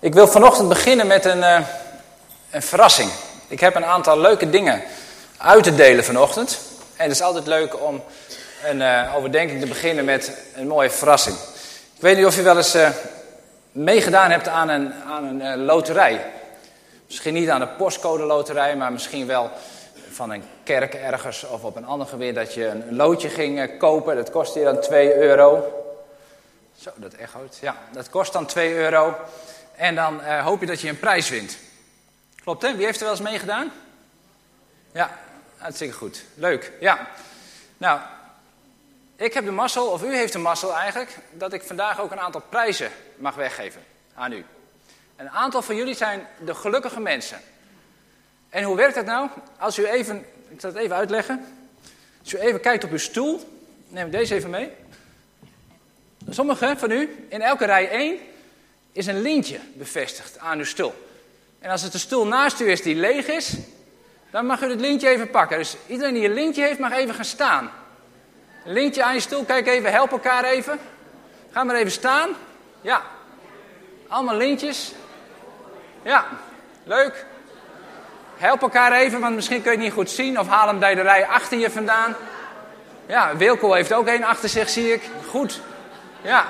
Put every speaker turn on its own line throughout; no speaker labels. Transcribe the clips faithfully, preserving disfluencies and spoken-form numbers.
Ik wil vanochtend beginnen met een, uh, een verrassing. Ik heb een aantal leuke dingen uit te delen vanochtend. En het is altijd leuk om een uh, overdenking te beginnen met een mooie verrassing. Ik weet niet of je wel eens uh, meegedaan hebt aan een, aan een uh, loterij. Misschien niet aan de postcode loterij, maar misschien wel van een kerk ergens of op een ander gebied dat je een loodje ging uh, kopen. Dat kostte je dan twee euro. Zo, dat echoot. Ja, dat kost dan twee euro. En dan uh, hoop je dat je een prijs wint. Klopt, hè? Wie heeft er wel eens meegedaan? Ja, hartstikke goed. Leuk, ja. Nou, ik heb de mazzel, of u heeft de mazzel eigenlijk, dat ik vandaag ook een aantal prijzen mag weggeven aan u. Een aantal van jullie zijn de gelukkige mensen. En hoe werkt dat nou? Als u even, ik zal het even uitleggen. Als u even kijkt op uw stoel, neem ik deze even mee. Sommigen van u, in elke rij één, is een lintje bevestigd aan uw stoel. En als het de stoel naast u is die leeg is, dan mag u het lintje even pakken. Dus iedereen die een lintje heeft, mag even gaan staan. Een lintje aan je stoel, kijk even, help elkaar even. Ga maar even staan. Ja. Allemaal lintjes. Ja, leuk. Help elkaar even, want misschien kun je het niet goed zien. Of haal hem bij de rij achter je vandaan. Ja, Wilco heeft ook één achter zich, zie ik. Goed. Ja.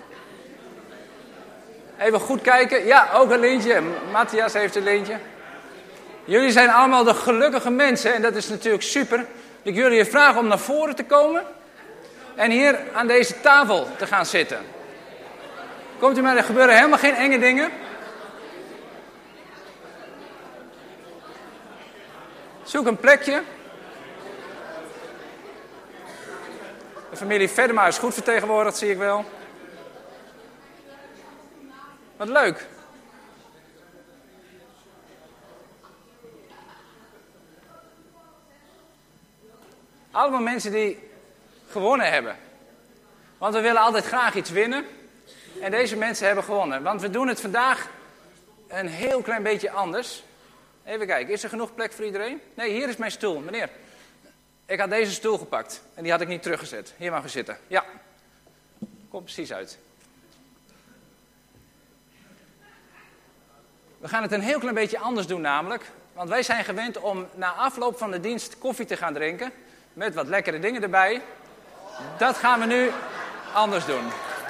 Even goed kijken. Ja, ook een lintje. Matthias heeft een lintje. Jullie zijn allemaal de gelukkige mensen. En dat is natuurlijk super. Ik wil jullie vragen om naar voren te komen. En hier aan deze tafel te gaan zitten. Komt u maar, er gebeuren helemaal geen enge dingen. Zoek een plekje. De familie Verdema is goed vertegenwoordigd, zie ik wel. Wat leuk. Allemaal mensen die gewonnen hebben. Want we willen altijd graag iets winnen. En deze mensen hebben gewonnen. Want we doen het vandaag een heel klein beetje anders. Even kijken, is er genoeg plek voor iedereen? Nee, hier is mijn stoel, meneer. Ik had deze stoel gepakt en die had ik niet teruggezet. Hier mag u zitten. Ja, komt precies uit. We gaan het een heel klein beetje anders doen namelijk. Want wij zijn gewend om na afloop van de dienst koffie te gaan drinken. Met wat lekkere dingen erbij. Dat gaan we nu anders doen.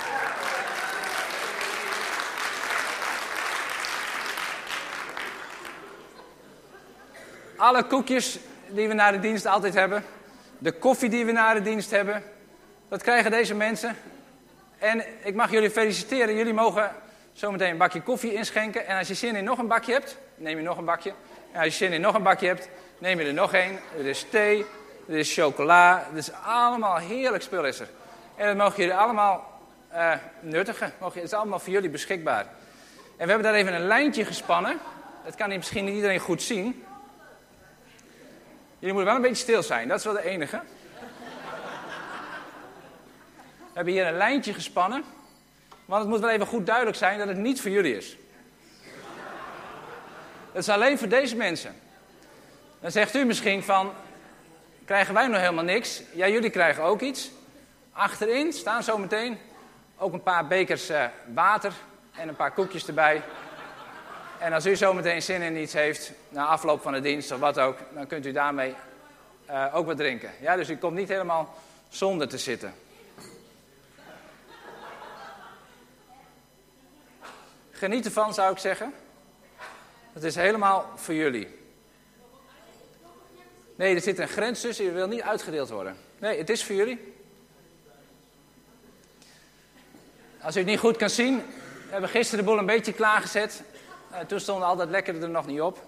Alle koekjes die we na de dienst altijd hebben. De koffie die we na de dienst hebben. Dat krijgen deze mensen. En ik mag jullie feliciteren. Jullie mogen zometeen een bakje koffie inschenken. En als je zin in nog een bakje hebt, neem je nog een bakje. En als je zin in nog een bakje hebt, neem je er nog één. Er is thee, er is chocola. Het is allemaal heerlijk spul is er. En dat mogen jullie allemaal uh, nuttigen. Het is allemaal voor jullie beschikbaar. En we hebben daar even een lijntje gespannen. Dat kan misschien niet iedereen goed zien. Jullie moeten wel een beetje stil zijn, dat is wel de enige. We hebben hier een lijntje gespannen. Want het moet wel even goed duidelijk zijn dat het niet voor jullie is. Het is alleen voor deze mensen. Dan zegt u misschien van, krijgen wij nog helemaal niks? Ja, jullie krijgen ook iets. Achterin staan zometeen ook een paar bekers uh, water en een paar koekjes erbij. En als u zometeen zin in iets heeft, na afloop van de dienst of wat ook, dan kunt u daarmee uh, ook wat drinken. Ja, dus u komt niet helemaal zonder te zitten. Geniet ervan, zou ik zeggen. Het is helemaal voor jullie. Nee, er zit een grens tussen, die wil niet uitgedeeld worden. Nee, het is voor jullie. Als u het niet goed kan zien, we hebben gisteren de boel een beetje klaargezet. Uh, toen stonden altijd lekker er nog niet op.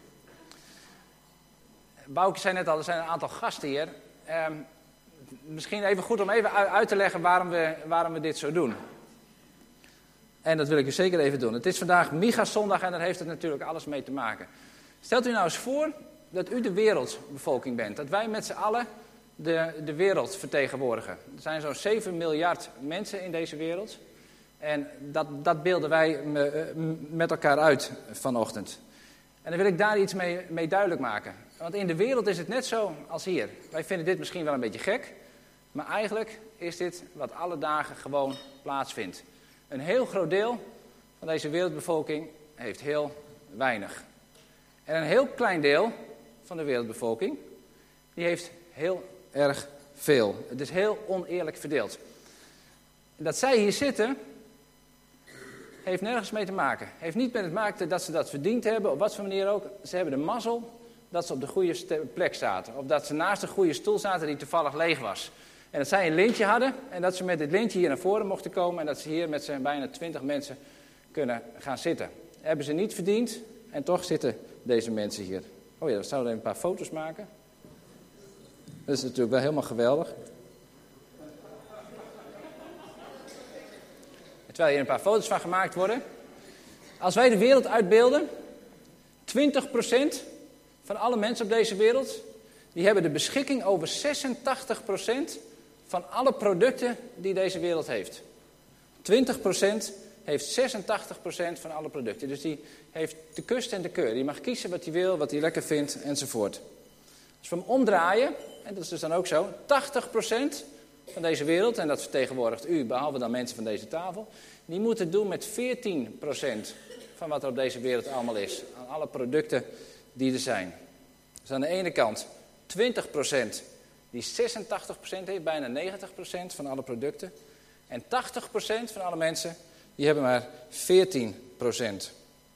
Boukje zei net al, er zijn een aantal gasten hier. Uh, misschien even goed om even uit te leggen waarom we, waarom we dit zo doen. En dat wil ik u zeker even doen. Het is vandaag Micha-zondag en daar heeft het natuurlijk alles mee te maken. Stelt u nou eens voor dat u de wereldbevolking bent. Dat wij met z'n allen de, de wereld vertegenwoordigen. Er zijn zo'n zeven miljard mensen in deze wereld. En dat, dat beelden wij met elkaar uit vanochtend. En dan wil ik daar iets mee, mee duidelijk maken. Want in de wereld is het net zo als hier. Wij vinden dit misschien wel een beetje gek. Maar eigenlijk is dit wat alle dagen gewoon plaatsvindt. Een heel groot deel van deze wereldbevolking heeft heel weinig. En een heel klein deel van de wereldbevolking, die heeft heel erg veel. Het is heel oneerlijk verdeeld. Dat zij hier zitten, heeft nergens mee te maken. Heeft niet met het maken dat ze dat verdiend hebben, op wat voor manier ook. Ze hebben de mazzel dat ze op de goede plek zaten. Of dat ze naast een goede stoel zaten die toevallig leeg was. En dat zij een lintje hadden en dat ze met dit lintje hier naar voren mochten komen. En dat ze hier met z'n bijna twintig mensen kunnen gaan zitten. Hebben ze niet verdiend en toch zitten deze mensen hier. Oh ja, we zouden even een paar foto's maken. Dat is natuurlijk wel helemaal geweldig. Terwijl hier een paar foto's van gemaakt worden. Als wij de wereld uitbeelden, twintig procent van alle mensen op deze wereld, die hebben de beschikking over zesentachtig procent van alle producten die deze wereld heeft. twintig procent heeft zesentachtig procent van alle producten. Dus die heeft de kust en de keur. Die mag kiezen wat hij wil, wat hij lekker vindt, enzovoort. Als we hem omdraaien, en dat is dus dan ook zo, tachtig procent van deze wereld, en dat vertegenwoordigt u, behalve dan mensen van deze tafel, die moeten het doen met veertien procent van wat er op deze wereld allemaal is. Aan alle producten die er zijn. Dus aan de ene kant twintig procent die zesentachtig procent heeft, bijna negentig procent van alle producten. En tachtig procent van alle mensen, die hebben maar veertien procent.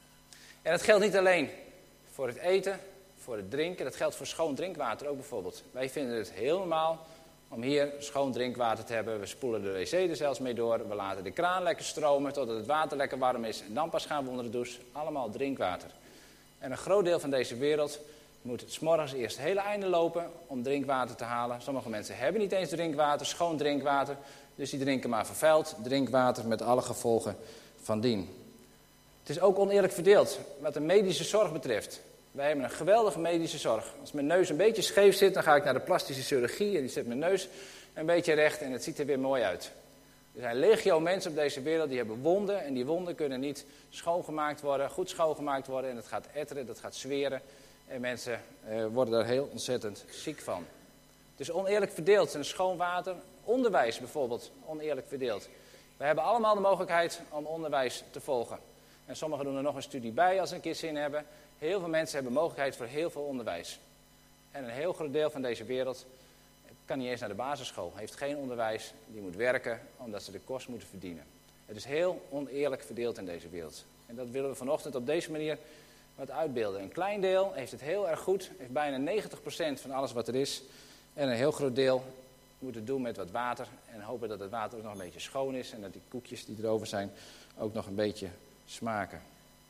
En dat geldt niet alleen voor het eten, voor het drinken. Dat geldt voor schoon drinkwater ook bijvoorbeeld. Wij vinden het heel normaal om hier schoon drinkwater te hebben. We spoelen de wc er zelfs mee door. We laten de kraan lekker stromen totdat het water lekker warm is. En dan pas gaan we onder de douche. Allemaal drinkwater. En een groot deel van deze wereld moet 's morgens eerst het hele einde lopen om drinkwater te halen. Sommige mensen hebben niet eens drinkwater, schoon drinkwater. Dus die drinken maar vervuild drinkwater met alle gevolgen van dien. Het is ook oneerlijk verdeeld wat de medische zorg betreft. Wij hebben een geweldige medische zorg. Als mijn neus een beetje scheef zit, dan ga ik naar de plastische chirurgie en die zet mijn neus een beetje recht en het ziet er weer mooi uit. Er zijn legio mensen op deze wereld die hebben wonden en die wonden kunnen niet schoongemaakt worden, goed schoongemaakt worden en het gaat etteren, dat gaat zweren en mensen eh, worden daar heel ontzettend ziek van. Het is oneerlijk verdeeld. En schoon water, onderwijs bijvoorbeeld, oneerlijk verdeeld. We hebben allemaal de mogelijkheid om onderwijs te volgen. En sommigen doen er nog een studie bij als ze een keer zin hebben. Heel veel mensen hebben mogelijkheid voor heel veel onderwijs. En een heel groot deel van deze wereld kan niet eens naar de basisschool. Heeft geen onderwijs, die moet werken omdat ze de kost moeten verdienen. Het is heel oneerlijk verdeeld in deze wereld. En dat willen we vanochtend op deze manier wat uitbeelden. Een klein deel heeft het heel erg goed, heeft bijna negentig procent van alles wat er is. En een heel groot deel moet het doen met wat water. En hopen dat het water ook nog een beetje schoon is. En dat die koekjes die erover zijn ook nog een beetje smaken.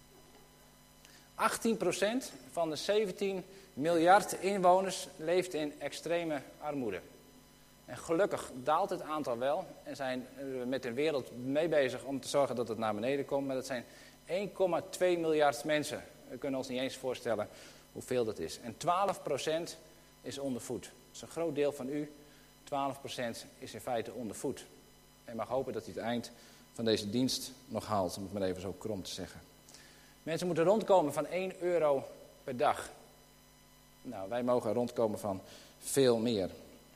achttien procent van de zeventien miljard inwoners leeft in extreme armoede. En gelukkig daalt het aantal wel. En zijn we met de wereld mee bezig om te zorgen dat het naar beneden komt. Maar dat zijn één komma twee miljard mensen. We kunnen ons niet eens voorstellen hoeveel dat is. En twaalf procent is ondervoed. Dus een groot deel van u, twaalf procent, is in feite ondervoed. En mag hopen dat hij het eind van deze dienst nog haalt, om het maar even zo krom te zeggen. Mensen moeten rondkomen van één euro per dag. Nou, wij mogen rondkomen van veel meer.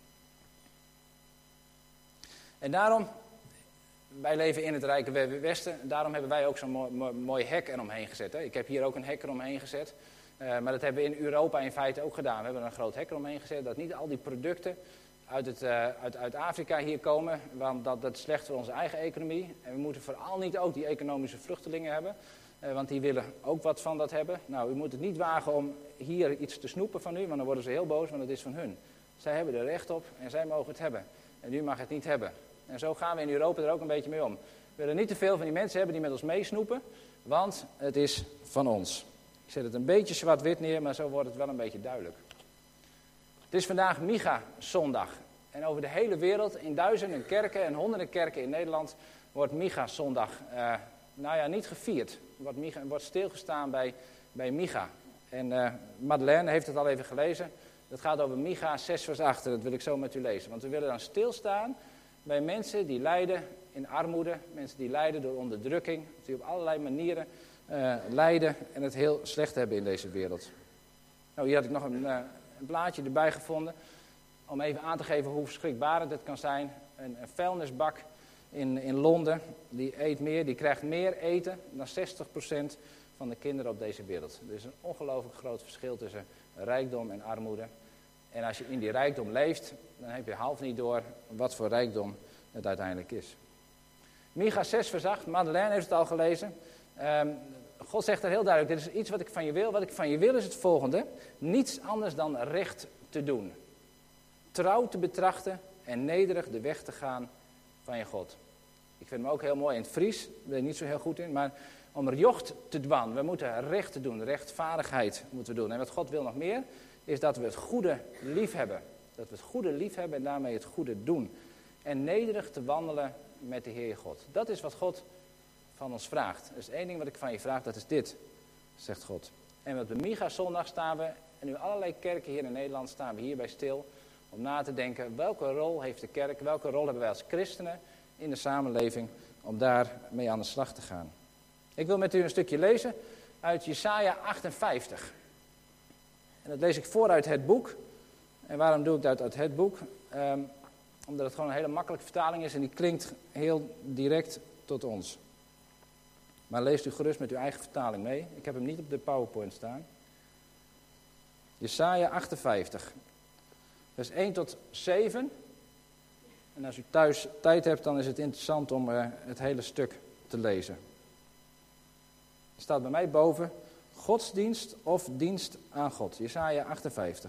En daarom, wij leven in het Rijke Westen, daarom hebben wij ook zo'n mooi, mooi, mooi hek eromheen gezet. Hè. Ik heb hier ook een hek eromheen gezet. Uh, maar dat hebben we in Europa in feite ook gedaan. We hebben er een groot hek eromheen gezet, dat niet al die producten uit, het, uh, uit, uit Afrika hier komen, want dat, dat is slecht voor onze eigen economie. En we moeten vooral niet ook die economische vluchtelingen hebben, uh, want die willen ook wat van dat hebben. Nou, u moet het niet wagen om hier iets te snoepen van u, want dan worden ze heel boos, want het is van hun. Zij hebben er recht op en zij mogen het hebben. En u mag het niet hebben. En zo gaan we in Europa er ook een beetje mee om. We willen niet te veel van die mensen hebben die met ons meesnoepen, want het is van ons. Ik zet het een beetje zwart-wit neer, maar zo wordt het wel een beetje duidelijk. Het is vandaag Micha-zondag. En over de hele wereld, in duizenden kerken en honderden kerken in Nederland, wordt Micha-zondag, uh, nou ja, niet gevierd. Wordt, Micha, wordt stilgestaan bij, bij Micha. En uh, Madeleine heeft het al even gelezen. Dat gaat over Micha zes vers acht, dat wil ik zo met u lezen. Want we willen dan stilstaan bij mensen die lijden in armoede, mensen die lijden door onderdrukking, die op allerlei manieren uh, lijden en het heel slecht hebben in deze wereld. Nou, hier had ik nog een, uh, een plaatje erbij gevonden om even aan te geven hoe verschrikbarend het kan zijn. Een, een vuilnisbak in, in Londen, die eet meer, die krijgt meer eten dan zestig procent van de kinderen op deze wereld. Er is een ongelooflijk groot verschil tussen rijkdom en armoede. En als je in die rijkdom leeft, dan heb je half niet door wat voor rijkdom het uiteindelijk is. Micha zes vers acht, Madeleine heeft het al gelezen. Um, God zegt er heel duidelijk, dit is iets wat ik van je wil. Wat ik van je wil is het volgende. Niets anders dan recht te doen. Trouw te betrachten en nederig de weg te gaan van je God. Ik vind hem ook heel mooi in het Fries, daar ben ik niet zo heel goed in. Maar om er jocht te dwan, we moeten recht doen, rechtvaardigheid moeten we doen. En wat God wil nog meer, is dat we het goede lief hebben. Dat we het goede lief hebben en daarmee het goede doen. En nederig te wandelen met de Heer God. Dat is wat God van ons vraagt. Er is één ding wat ik van je vraag, dat is dit, zegt God. En op de Micha zondag staan we, en nu allerlei kerken hier in Nederland staan we hierbij stil, om na te denken, welke rol heeft de kerk, welke rol hebben wij als christenen in de samenleving, om daarmee aan de slag te gaan. Ik wil met u een stukje lezen uit Jesaja achtenvijftig. En dat lees ik voor uit het boek. En waarom doe ik dat uit het boek? Um, omdat het gewoon een hele makkelijke vertaling is en die klinkt heel direct tot ons. Maar leest u gerust met uw eigen vertaling mee. Ik heb hem niet op de PowerPoint staan. Jesaja achtenvijftig. Vers één tot zeven. En als u thuis tijd hebt, dan is het interessant om uh, het hele stuk te lezen. Er staat bij mij boven, godsdienst of dienst aan God. Jesaja achtenvijftig.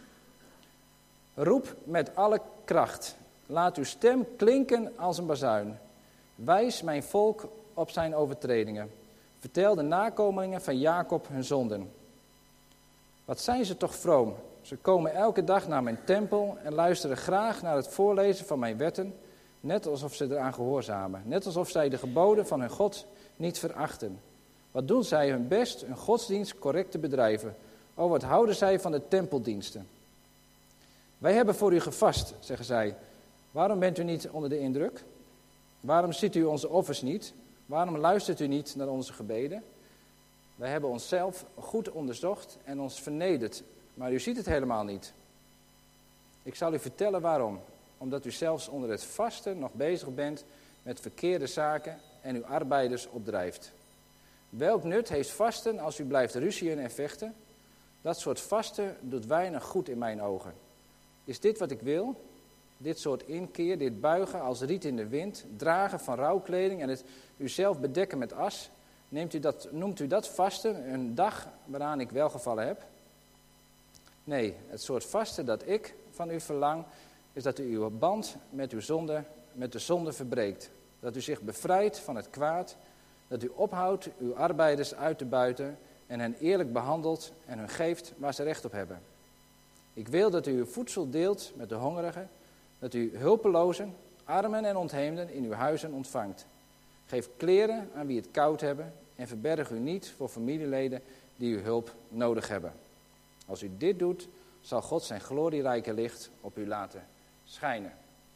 Roep met alle kracht. Laat uw stem klinken als een bazuin. Wijs mijn volk op zijn overtredingen. Vertel de nakomelingen van Jacob hun zonden. Wat zijn ze toch vroom. Ze komen elke dag naar mijn tempel en luisteren graag naar het voorlezen van mijn wetten, net alsof ze eraan gehoorzamen. Net alsof zij de geboden van hun God niet verachten. Wat doen zij hun best hun godsdienst correct te bedrijven? O, wat houden zij van de tempeldiensten? Wij hebben voor u gevast, zeggen zij. Waarom bent u niet onder de indruk? Waarom ziet u onze offers niet? Waarom luistert u niet naar onze gebeden? Wij hebben onszelf goed onderzocht en ons vernederd, maar u ziet het helemaal niet. Ik zal u vertellen waarom. Omdat u zelfs onder het vasten nog bezig bent met verkeerde zaken en uw arbeiders opdrijft. Welk nut heeft vasten als u blijft ruzien en vechten? Dat soort vasten doet weinig goed in mijn ogen. Is dit wat ik wil? Dit soort inkeer, dit buigen als riet in de wind, dragen van rouwkleding en het uzelf bedekken met as. Neemt u dat, noemt u dat vasten een dag waaraan ik welgevallen heb? Nee, het soort vasten dat ik van u verlang, is dat u uw band met uw zonde, met de zonde verbreekt. Dat u zich bevrijdt van het kwaad, dat u ophoudt uw arbeiders uit te buiten en hen eerlijk behandelt en hun geeft waar ze recht op hebben. Ik wil dat u uw voedsel deelt met de hongerigen, dat u hulpelozen, armen en ontheemden in uw huizen ontvangt. Geef kleren aan wie het koud hebben en verberg u niet voor familieleden die uw hulp nodig hebben. Als u dit doet, zal God zijn glorierijke licht op u laten schijnen.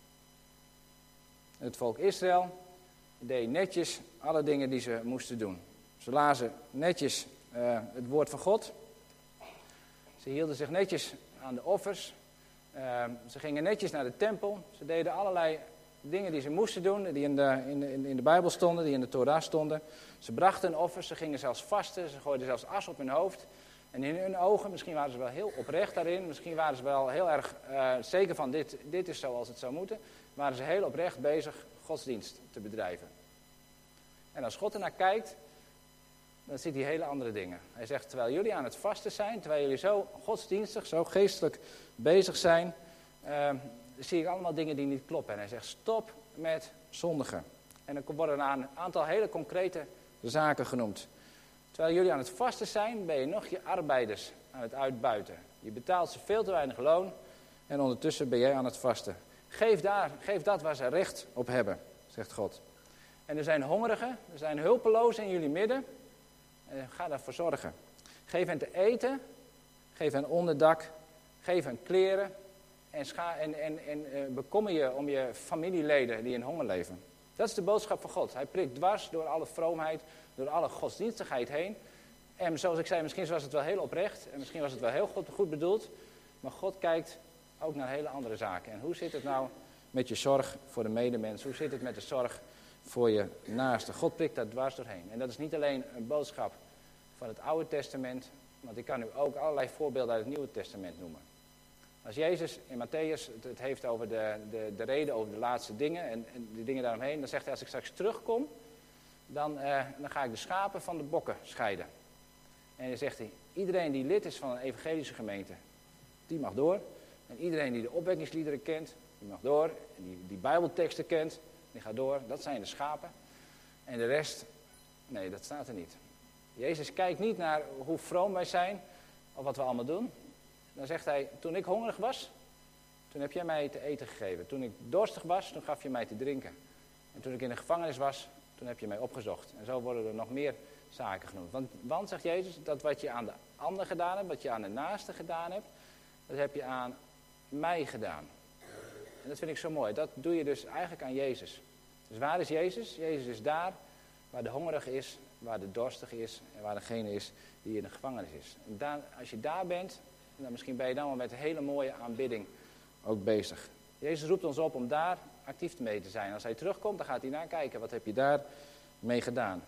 Het volk Israël deed netjes alle dingen die ze moesten doen. Ze lazen netjes uh, het woord van God. Ze hielden zich netjes aan de offers. Uh, ze gingen netjes naar de tempel. Ze deden allerlei dingen die ze moesten doen, die in de, in, de, in de Bijbel stonden, die in de Torah stonden. Ze brachten offers, ze gingen zelfs vasten, ze gooiden zelfs as op hun hoofd. En in hun ogen, misschien waren ze wel heel oprecht daarin, misschien waren ze wel heel erg uh, zeker van dit, dit is zoals het zou moeten, waren ze heel oprecht bezig godsdienst te bedrijven. En als God ernaar kijkt, dan ziet hij hele andere dingen. Hij zegt, terwijl jullie aan het vasten zijn, terwijl jullie zo godsdienstig, zo geestelijk bezig zijn, uh, zie ik allemaal dingen die niet kloppen. En hij zegt, stop met zondigen. En dan worden er een aantal hele concrete zaken genoemd. Terwijl jullie aan het vasten zijn, ben je nog je arbeiders aan het uitbuiten. Je betaalt ze veel te weinig loon en ondertussen ben jij aan het vasten. Geef, daar, geef dat waar ze recht op hebben, zegt God. En er zijn hongerigen, er zijn hulpelozen in jullie midden. En ga daarvoor zorgen. Geef hen te eten, geef hen onderdak, geef hen kleren en, scha- en, en, en uh, bekommer je om je familieleden die in honger leven. Dat is de boodschap van God. Hij prikt dwars door alle vroomheid, door alle godsdienstigheid heen. En zoals ik zei, misschien was het wel heel oprecht en misschien was het wel heel goed, goed bedoeld. Maar God kijkt ook naar hele andere zaken. En hoe zit het nou met je zorg voor de medemens? Hoe zit het met de zorg voor je naaste? God prikt daar dwars doorheen. En dat is niet alleen een boodschap van het Oude Testament, want ik kan u ook allerlei voorbeelden uit het Nieuwe Testament noemen. Als Jezus in Matthäus het, het heeft over de, de, de reden over de laatste dingen en, en de dingen daaromheen, dan zegt hij, als ik straks terugkom, dan, uh, dan ga ik de schapen van de bokken scheiden. En dan zegt hij, iedereen die lid is van een evangelische gemeente, die mag door. En iedereen die de opwekkingsliederen kent, die mag door. En die, die bijbelteksten kent, die gaat door. Dat zijn de schapen. En de rest, nee, dat staat er niet. Jezus kijkt niet naar hoe vroom wij zijn, of wat we allemaal doen. Dan zegt hij, toen ik hongerig was, toen heb jij mij te eten gegeven. Toen ik dorstig was, toen gaf je mij te drinken. En toen ik in de gevangenis was, toen heb je mij opgezocht. En zo worden er nog meer zaken genoemd. Want, want, zegt Jezus, dat wat je aan de ander gedaan hebt, wat je aan de naaste gedaan hebt, dat heb je aan mij gedaan. En dat vind ik zo mooi. Dat doe je dus eigenlijk aan Jezus. Dus waar is Jezus? Jezus is daar waar de hongerige is, waar de dorstige is en waar degene is die in de gevangenis is. En daar, als je daar bent, dan misschien ben je dan wel met een hele mooie aanbidding ook bezig. Jezus roept ons op om daar actief mee te zijn. Als hij terugkomt, dan gaat hij naar kijken. Wat heb je daar mee gedaan?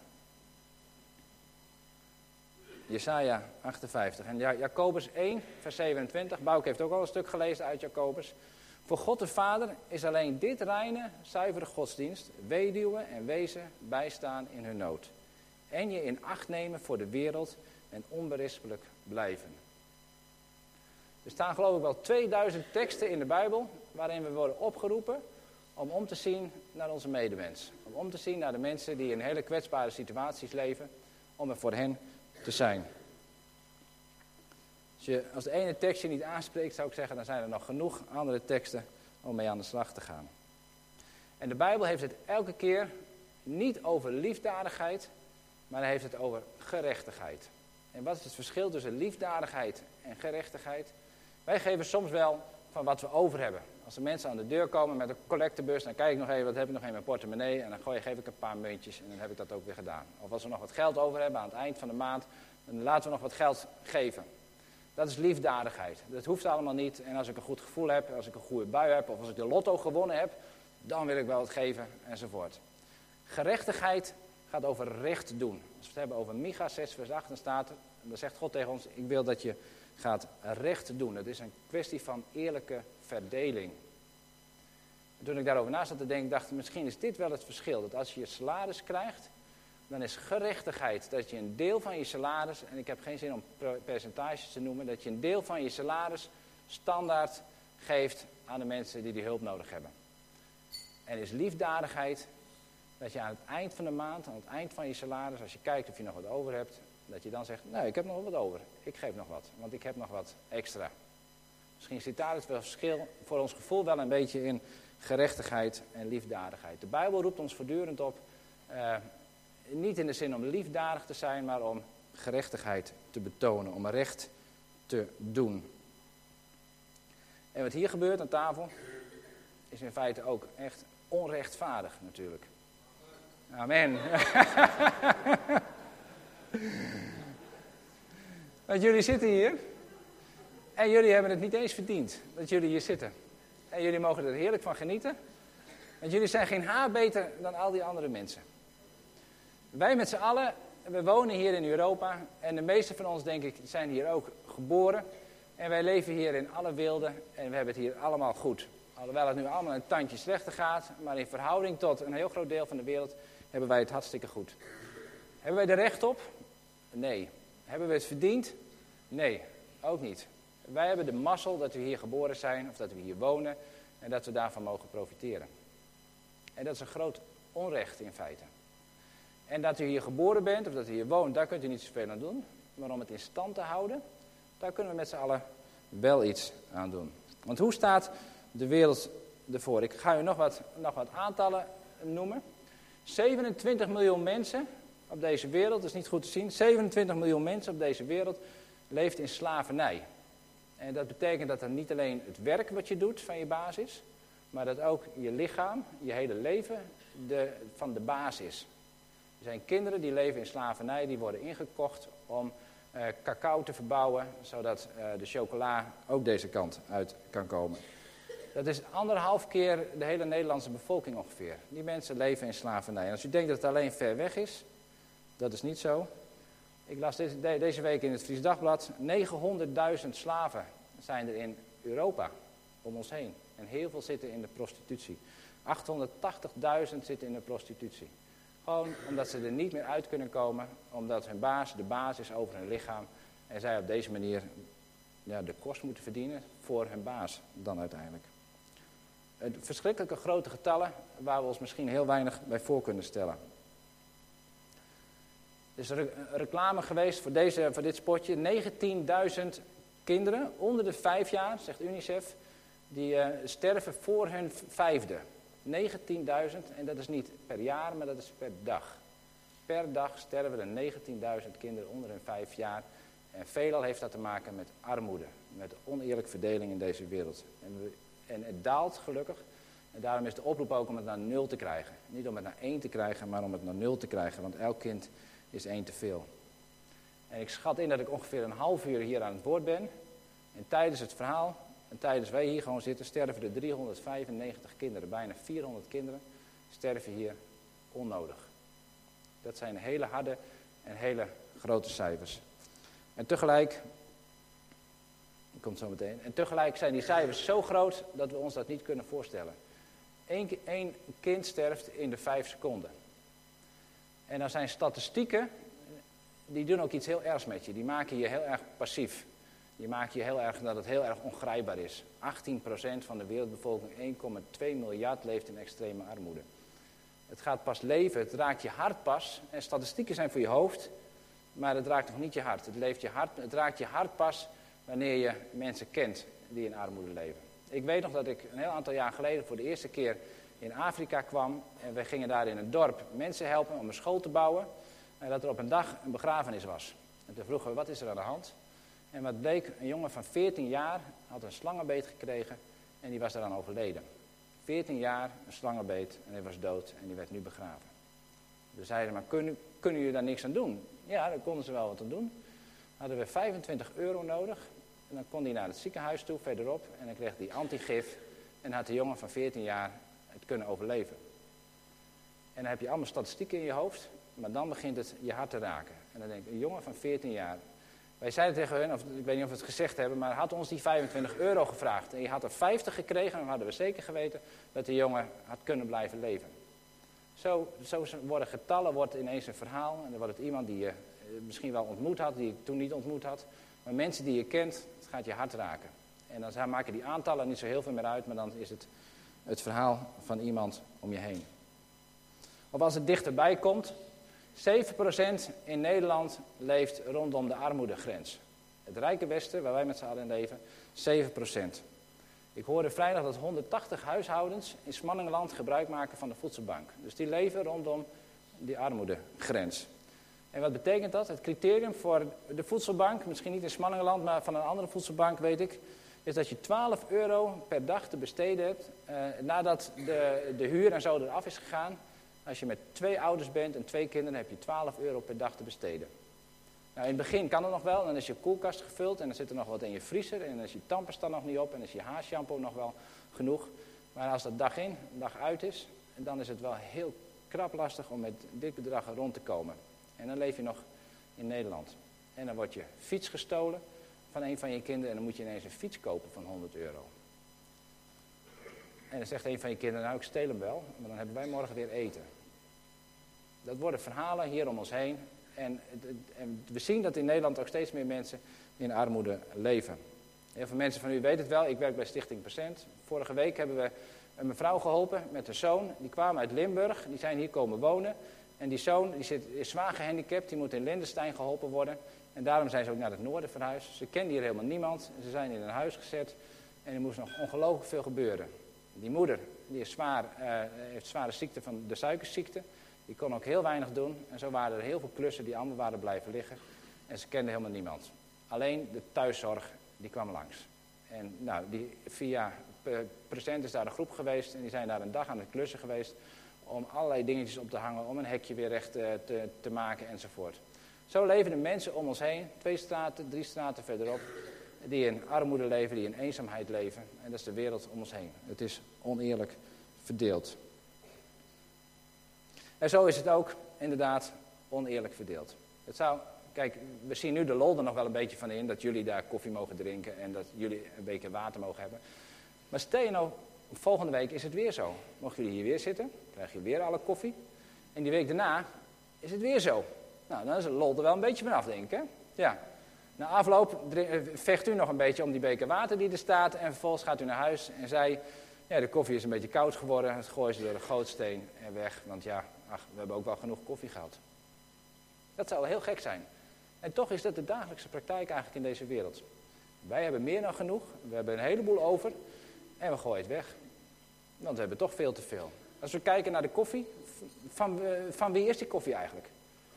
Jesaja achtenvijftig. En Jacobus één, vers zevenentwintig. Bouk heeft ook al een stuk gelezen uit Jacobus. Voor God de Vader is alleen dit reine, zuivere godsdienst, weduwen en wezen bijstaan in hun nood. En je in acht nemen voor de wereld en onberispelijk blijven. Er staan geloof ik wel tweeduizend teksten in de Bijbel waarin we worden opgeroepen om om te zien naar onze medemens. Om om te zien naar de mensen die in hele kwetsbare situaties leven, om er voor hen te zijn. Als, je, als de ene tekst je niet aanspreekt, zou ik zeggen, dan zijn er nog genoeg andere teksten om mee aan de slag te gaan. En de Bijbel heeft het elke keer niet over liefdadigheid, maar hij heeft het over gerechtigheid. En wat is het verschil tussen liefdadigheid en gerechtigheid? Wij geven soms wel van wat we over hebben. Als de mensen aan de deur komen met een collectebus, dan kijk ik nog even, wat heb ik nog in mijn portemonnee? En dan gooi, geef ik een paar muntjes en dan heb ik dat ook weer gedaan. Of als we nog wat geld over hebben aan het eind van de maand, dan laten we nog wat geld geven. Dat is liefdadigheid. Dat hoeft allemaal niet. En als ik een goed gevoel heb, als ik een goede bui heb, of als ik de lotto gewonnen heb, dan wil ik wel wat geven, enzovoort. Gerechtigheid gaat over recht doen. Als we het hebben over Micha zes vers acht, dan staat er, dan zegt God tegen ons, ik wil dat je gaat recht doen. Het is een kwestie van eerlijke verdeling. En toen ik daarover na zat te denken, dacht ik, misschien is dit wel het verschil. Dat als je je salaris krijgt, dan is gerechtigheid dat je een deel van je salaris, en ik heb geen zin om percentages te noemen, dat je een deel van je salaris standaard geeft aan de mensen die die hulp nodig hebben. En is liefdadigheid dat je aan het eind van de maand, aan het eind van je salaris, als je kijkt of je nog wat over hebt, dat je dan zegt, nee, ik heb nog wat over. Ik geef nog wat, want ik heb nog wat extra. Misschien zit daar het verschil voor ons gevoel wel een beetje in gerechtigheid en liefdadigheid. De Bijbel roept ons voortdurend op, uh, niet in de zin om liefdadig te zijn, maar om gerechtigheid te betonen, om recht te doen. En wat hier gebeurt aan tafel, is in feite ook echt onrechtvaardig natuurlijk. Amen. Want jullie zitten hier en jullie hebben het niet eens verdiend dat jullie hier zitten. En jullie mogen er heerlijk van genieten. Want jullie zijn geen haar beter dan al die andere mensen. Wij met z'n allen, we wonen hier in Europa en de meeste van ons, denk ik, zijn hier ook geboren. En wij leven hier in alle weelde en we hebben het hier allemaal goed. Alhoewel het nu allemaal een tandje slechter gaat, maar in verhouding tot een heel groot deel van de wereld hebben wij het hartstikke goed. Hebben wij er recht op? Nee. Hebben we het verdiend? Nee, ook niet. Wij hebben de mazzel dat we hier geboren zijn of dat we hier wonen en dat we daarvan mogen profiteren. En dat is een groot onrecht in feite. En dat u hier geboren bent of dat u hier woont, daar kunt u niet zoveel aan doen. Maar om het in stand te houden, daar kunnen we met z'n allen wel iets aan doen. Want hoe staat de wereld ervoor? Ik ga u nog wat, nog wat aantallen noemen. zevenentwintig miljoen mensen op deze wereld, dat is niet goed te zien. zevenentwintig miljoen mensen op deze wereld leeft in slavernij. En dat betekent dat er niet alleen het werk wat je doet van je baas is, maar dat ook je lichaam, je hele leven de, van de baas is. Er zijn kinderen die leven in slavernij, die worden ingekocht om uh, cacao te verbouwen, zodat uh, de chocola ook deze kant uit kan komen. Dat is anderhalf keer de hele Nederlandse bevolking ongeveer. Die mensen leven in slavernij. En als u denkt dat het alleen ver weg is, dat is niet zo. Ik las deze, deze week in het Fries Dagblad, negenhonderdduizend slaven zijn er in Europa om ons heen. En heel veel zitten in de prostitutie. achthonderdtachtigduizend zitten in de prostitutie. Gewoon omdat ze er niet meer uit kunnen komen, omdat hun baas de baas is over hun lichaam. En zij op deze manier ja, de kost moeten verdienen voor hun baas dan uiteindelijk. Het verschrikkelijke grote getallen waar we ons misschien heel weinig bij voor kunnen stellen. Er is een reclame geweest voor, deze, voor dit spotje. negentienduizend kinderen onder de vijf jaar, zegt UNICEF, die uh, sterven voor hun vijfde. negentienduizend, en dat is niet per jaar, maar dat is per dag. Per dag sterven er negentienduizend kinderen onder hun vijf jaar. En veelal heeft dat te maken met armoede, met oneerlijke verdeling in deze wereld. En, we, en het daalt gelukkig. En daarom is de oproep ook om het naar nul te krijgen. Niet om het naar één te krijgen, maar om het naar nul te krijgen. Want elk kind is één te veel. En ik schat in dat ik ongeveer een half uur hier aan het woord ben. En tijdens het verhaal, en tijdens wij hier gewoon zitten, sterven er driehonderdvijfennegentig kinderen. Bijna vierhonderd kinderen sterven hier onnodig. Dat zijn hele harde en hele grote cijfers. En tegelijk, dat komt zo meteen, en tegelijk zijn die cijfers zo groot dat we ons dat niet kunnen voorstellen. Eén, één kind sterft in de vijf seconden. En dan zijn statistieken, die doen ook iets heel ergs met je. Die maken je heel erg passief. Die maken je heel erg dat het heel erg ongrijpbaar is. achttien procent van de wereldbevolking, één komma twee miljard, leeft in extreme armoede. Het gaat pas leven, het raakt je hart pas. En statistieken zijn voor je hoofd, maar het raakt nog niet je hart. Het, leeft je hart. Het raakt je hart pas wanneer je mensen kent die in armoede leven. Ik weet nog dat ik een heel aantal jaar geleden voor de eerste keer in Afrika kwam. En we gingen daar in een dorp mensen helpen om een school te bouwen. En dat er op een dag een begrafenis was. En toen vroegen we, wat is er aan de hand? En wat bleek, een jongen van veertien jaar had een slangenbeet gekregen en die was daaraan overleden. veertien jaar, een slangenbeet en hij was dood en die werd nu begraven. We zeiden, maar kunnen, kunnen jullie daar niks aan doen? Ja, daar konden ze wel wat aan doen. Hadden we vijfentwintig euro nodig en dan kon hij naar het ziekenhuis toe, verderop. En dan kreeg hij antigif en had de jongen van veertien jaar het kunnen overleven. En dan heb je allemaal statistieken in je hoofd, maar dan begint het je hart te raken. En dan denk ik, een jongen van veertien jaar. Wij zeiden tegen hun, of ik weet niet of we het gezegd hebben, maar had ons die vijfentwintig euro gevraagd. En je had er vijftig gekregen, dan hadden we zeker geweten dat de jongen had kunnen blijven leven. Zo, zo worden getallen, wordt ineens een verhaal. En dan wordt het iemand die je misschien wel ontmoet had, die je toen niet ontmoet had. Maar mensen die je kent, het gaat je hart raken. En dan maken die aantallen niet zo heel veel meer uit, maar dan is het het verhaal van iemand om je heen. Of als het dichterbij komt, zeven procent in Nederland leeft rondom de armoedegrens. Het rijke Westen, waar wij met z'n allen leven, zeven procent. Ik hoorde vrijdag dat honderdtachtig huishoudens in Smanningenland gebruik maken van de voedselbank. Dus die leven rondom die armoedegrens. En wat betekent dat? Het criterium voor de voedselbank, misschien niet in Smanningenland, maar van een andere voedselbank weet ik, is dat je twaalf euro per dag te besteden hebt eh, nadat de, de huur en zo eraf is gegaan. Als je met twee ouders bent en twee kinderen, heb je twaalf euro per dag te besteden. Nou, in het begin kan het nog wel, dan is je koelkast gevuld en dan zit er nog wat in je vriezer. En dan is je tandpasta nog niet op en dan is je haarshampoo nog wel genoeg. Maar als dat dag in, dag uit is, dan is het wel heel krap lastig om met dit bedrag rond te komen. En dan leef je nog in Nederland. En dan wordt je fiets gestolen van een van je kinderen en dan moet je ineens een fiets kopen van honderd euro. En dan zegt een van je kinderen, nou ik steel hem wel, maar dan hebben wij morgen weer eten. Dat worden verhalen hier om ons heen. En, en we zien dat in Nederland ook steeds meer mensen in armoede leven. Heel veel mensen van u weten het wel, ik werk bij Stichting Percent. Vorige week hebben we een mevrouw geholpen met een zoon. Die kwamen uit Limburg, die zijn hier komen wonen. En die zoon die zit, is zwaar gehandicapt, die moet in Lindenstein geholpen worden. En daarom zijn ze ook naar het noorden verhuisd. Ze kenden hier helemaal niemand. Ze zijn in een huis gezet en er moest nog ongelooflijk veel gebeuren. Die moeder die is zwaar, uh, heeft zware ziekte van de suikerziekte. Die kon ook heel weinig doen. En zo waren er heel veel klussen die allemaal waren blijven liggen. En ze kenden helemaal niemand. Alleen de thuiszorg, die kwam langs. En nou, die, via Present is daar een groep geweest. En die zijn daar een dag aan het klussen geweest. Om allerlei dingetjes op te hangen. Om een hekje weer recht uh, te, te maken enzovoort. Zo leven de mensen om ons heen. Twee straten, drie straten verderop. die in armoede leven, die in eenzaamheid leven. En dat is de wereld om ons heen. Het is oneerlijk verdeeld. En zo is het ook inderdaad oneerlijk verdeeld. Het zou, kijk, we zien nu de lol er nog wel een beetje van in, dat jullie daar koffie mogen drinken en dat jullie een beker water mogen hebben. Maar stel je nou, volgende week is het weer zo. Mogen jullie hier weer zitten, krijg je weer alle koffie. En die week daarna is het weer zo. Nou, dan is de lol er wel een beetje vanaf, denk ik, hè? Ja. Na afloop vecht u nog een beetje om die beker water die er staat en vervolgens gaat u naar huis en zei, ja, de koffie is een beetje koud geworden, het gooien ze door de gootsteen en weg, want ja, ach, we hebben ook wel genoeg koffie gehad. Dat zou wel heel gek zijn. En toch is dat de dagelijkse praktijk eigenlijk in deze wereld. Wij hebben meer dan genoeg, we hebben een heleboel over en we gooien het weg. Want we hebben toch veel te veel. Als we kijken naar de koffie, van, van wie is die koffie eigenlijk?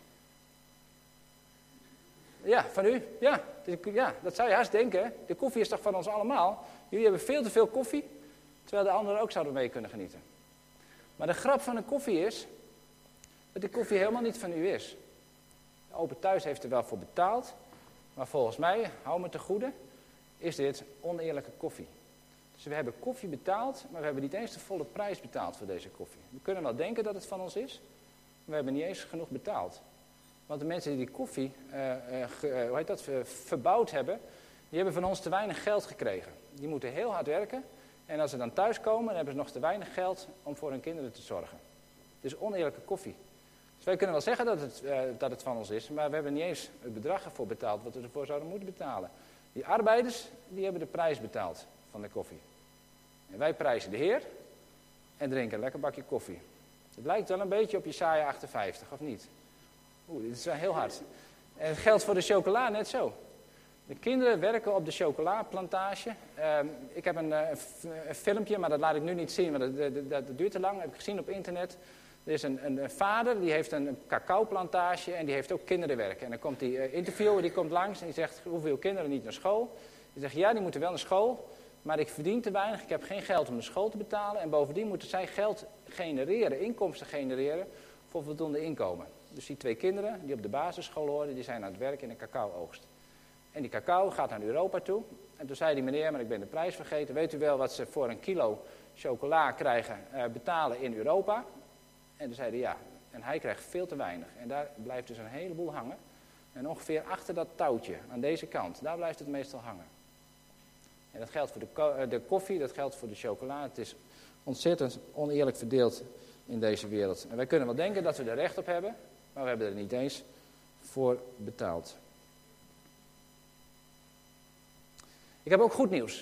Ja, van u. Ja, ja, dat zou je haast denken. De koffie is toch van ons allemaal? Jullie hebben veel te veel koffie, terwijl de anderen ook zouden mee kunnen genieten. Maar de grap van een koffie is dat de koffie helemaal niet van u is. De Open Thuis heeft er wel voor betaald, maar volgens mij, hou me te goede, is dit oneerlijke koffie. Dus we hebben koffie betaald, maar we hebben niet eens de volle prijs betaald voor deze koffie. We kunnen wel denken dat het van ons is, maar we hebben niet eens genoeg betaald. Want de mensen die die koffie uh, uh, ge, uh, hoe heet dat, ver, verbouwd hebben, die hebben van ons te weinig geld gekregen. Die moeten heel hard werken en als ze dan thuiskomen, dan hebben ze nog te weinig geld om voor hun kinderen te zorgen. Het is oneerlijke koffie. Dus wij kunnen wel zeggen dat het, uh, dat het van ons is, maar we hebben niet eens het bedrag ervoor betaald wat we ervoor zouden moeten betalen. Die arbeiders, die hebben de prijs betaald van de koffie. En wij prijzen de Heer en drinken een lekker bakje koffie. Het lijkt wel een beetje op Jesaja achtenvijftig, of niet? Oeh, dit is wel heel hard. En het geldt voor de chocola net zo. De kinderen werken op de chocolaplantage. Uh, ik heb een, uh, een filmpje, maar dat laat ik nu niet zien, want dat, dat, dat duurt te lang. Dat heb ik gezien op internet. Er is een, een, een vader, die heeft een, een cacaoplantage en die heeft ook kinderen werken. En dan komt die uh, interviewer, die komt langs en die zegt, hoeveel kinderen niet naar school? Die zegt, ja, die moeten wel naar school, maar ik verdien te weinig. Ik heb geen geld om de school te betalen. En bovendien moeten zij geld genereren, inkomsten genereren voor voldoende inkomen. Dus die twee kinderen die op de basisschool hoorden, die zijn aan het werk in een cacao-oogst. En die cacao gaat naar Europa toe. En toen zei die meneer, maar ik ben de prijs vergeten. Weet u wel wat ze voor een kilo chocola krijgen, uh, betalen in Europa? En toen zei hij ja. En hij krijgt veel te weinig. En daar blijft dus een heleboel hangen. En ongeveer achter dat touwtje, aan deze kant, daar blijft het meestal hangen. En dat geldt voor de, ko- uh, de koffie, dat geldt voor de chocola. Het is ontzettend oneerlijk verdeeld in deze wereld. En wij kunnen wel denken dat we er recht op hebben, maar we hebben er niet eens voor betaald. Ik heb ook goed nieuws.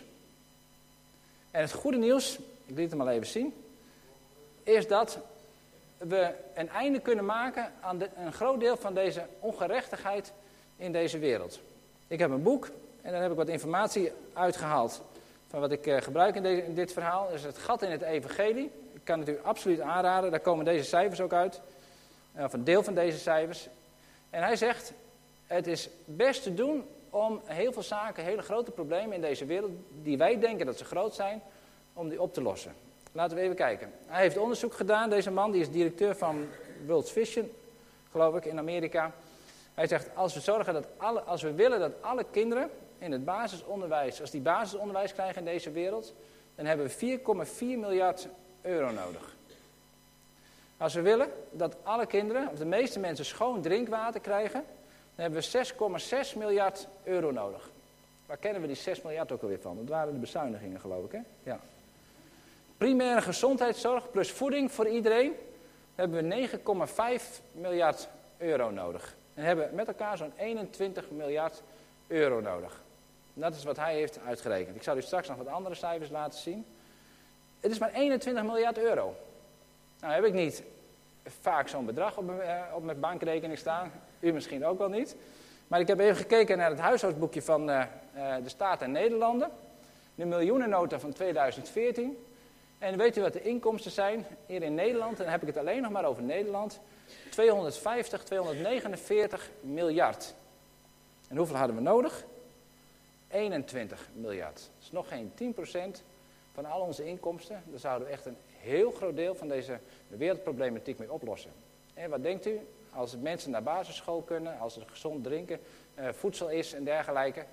En het goede nieuws, ik liet het maar even zien, is dat we een einde kunnen maken aan de, een groot deel van deze ongerechtigheid in deze wereld. Ik heb een boek en daar heb ik wat informatie uitgehaald van wat ik uh, gebruik in, deze, in dit verhaal. Dat is het gat in het evangelie. Ik kan het u absoluut aanraden, daar komen deze cijfers ook uit. Of een deel van deze cijfers. En hij zegt, het is best te doen om heel veel zaken, hele grote problemen in deze wereld, die wij denken dat ze groot zijn, om die op te lossen. Laten we even kijken. Hij heeft onderzoek gedaan, deze man, die is directeur van World Vision, geloof ik, in Amerika. Hij zegt, als we zorgen dat alle, als we willen dat alle kinderen in het basisonderwijs, als die basisonderwijs krijgen in deze wereld, dan hebben we vier komma vier miljard euro nodig. Als we willen dat alle kinderen, of de meeste mensen, schoon drinkwater krijgen, dan hebben we zes komma zes miljard euro nodig. Waar kennen we die zes miljard ook alweer van? Dat waren de bezuinigingen, geloof ik, hè? Ja. Primaire gezondheidszorg plus voeding voor iedereen, dan hebben we negen komma vijf miljard euro nodig. En hebben met elkaar zo'n eenentwintig miljard euro nodig. En dat is wat hij heeft uitgerekend. Ik zal u straks nog wat andere cijfers laten zien. Het is maar eenentwintig miljard euro. Nou heb ik niet vaak zo'n bedrag op mijn, op mijn bankrekening staan. U misschien ook wel niet. Maar ik heb even gekeken naar het huishoudboekje van uh, uh, de Staten en Nederlanden. De miljoenennota van tweeduizend veertien. En weet u wat de inkomsten zijn hier in Nederland? En dan heb ik het alleen nog maar over Nederland. tweehonderdvijftig, tweehonderdnegenenveertig miljard. En hoeveel hadden we nodig? eenentwintig miljard. Dat is nog geen tien procent van al onze inkomsten. Daar zouden we echt een heel groot deel van deze wereldproblematiek mee oplossen. En wat denkt u? Als mensen naar basisschool kunnen, als er gezond drinken, uh, voedsel is en dergelijke,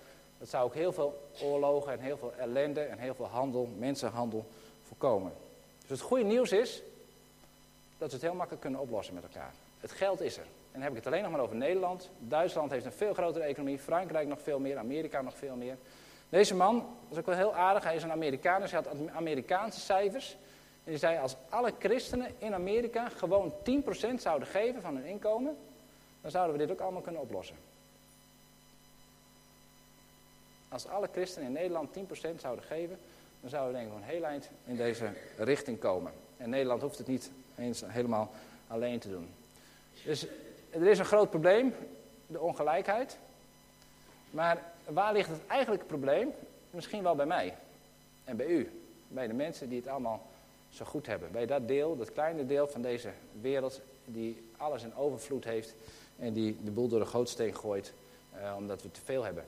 Dat zou ook heel veel oorlogen en heel veel ellende en heel veel handel, mensenhandel voorkomen. Dus het goede nieuws is dat we het heel makkelijk kunnen oplossen met elkaar. Het geld is er. En dan heb ik het alleen nog maar over Nederland. Duitsland heeft een veel grotere economie. Frankrijk nog veel meer. Amerika nog veel meer. Deze man, dat is ook wel heel aardig. Hij is een Amerikaan. Dus hij had Amerikaanse cijfers. En die zei, als alle christenen in Amerika gewoon tien procent zouden geven van hun inkomen, dan zouden we dit ook allemaal kunnen oplossen. Als alle christenen in Nederland tien procent zouden geven, dan zouden we denk ik een heel eind in deze richting komen. En Nederland hoeft het niet eens helemaal alleen te doen. Dus er is een groot probleem, de ongelijkheid. Maar waar ligt het eigenlijke probleem? Misschien wel bij mij en bij u. Bij de mensen die het allemaal zo goed hebben. Bij dat deel, dat kleine deel van deze wereld die alles in overvloed heeft en die de boel door de gootsteen gooit uh, omdat we te veel hebben.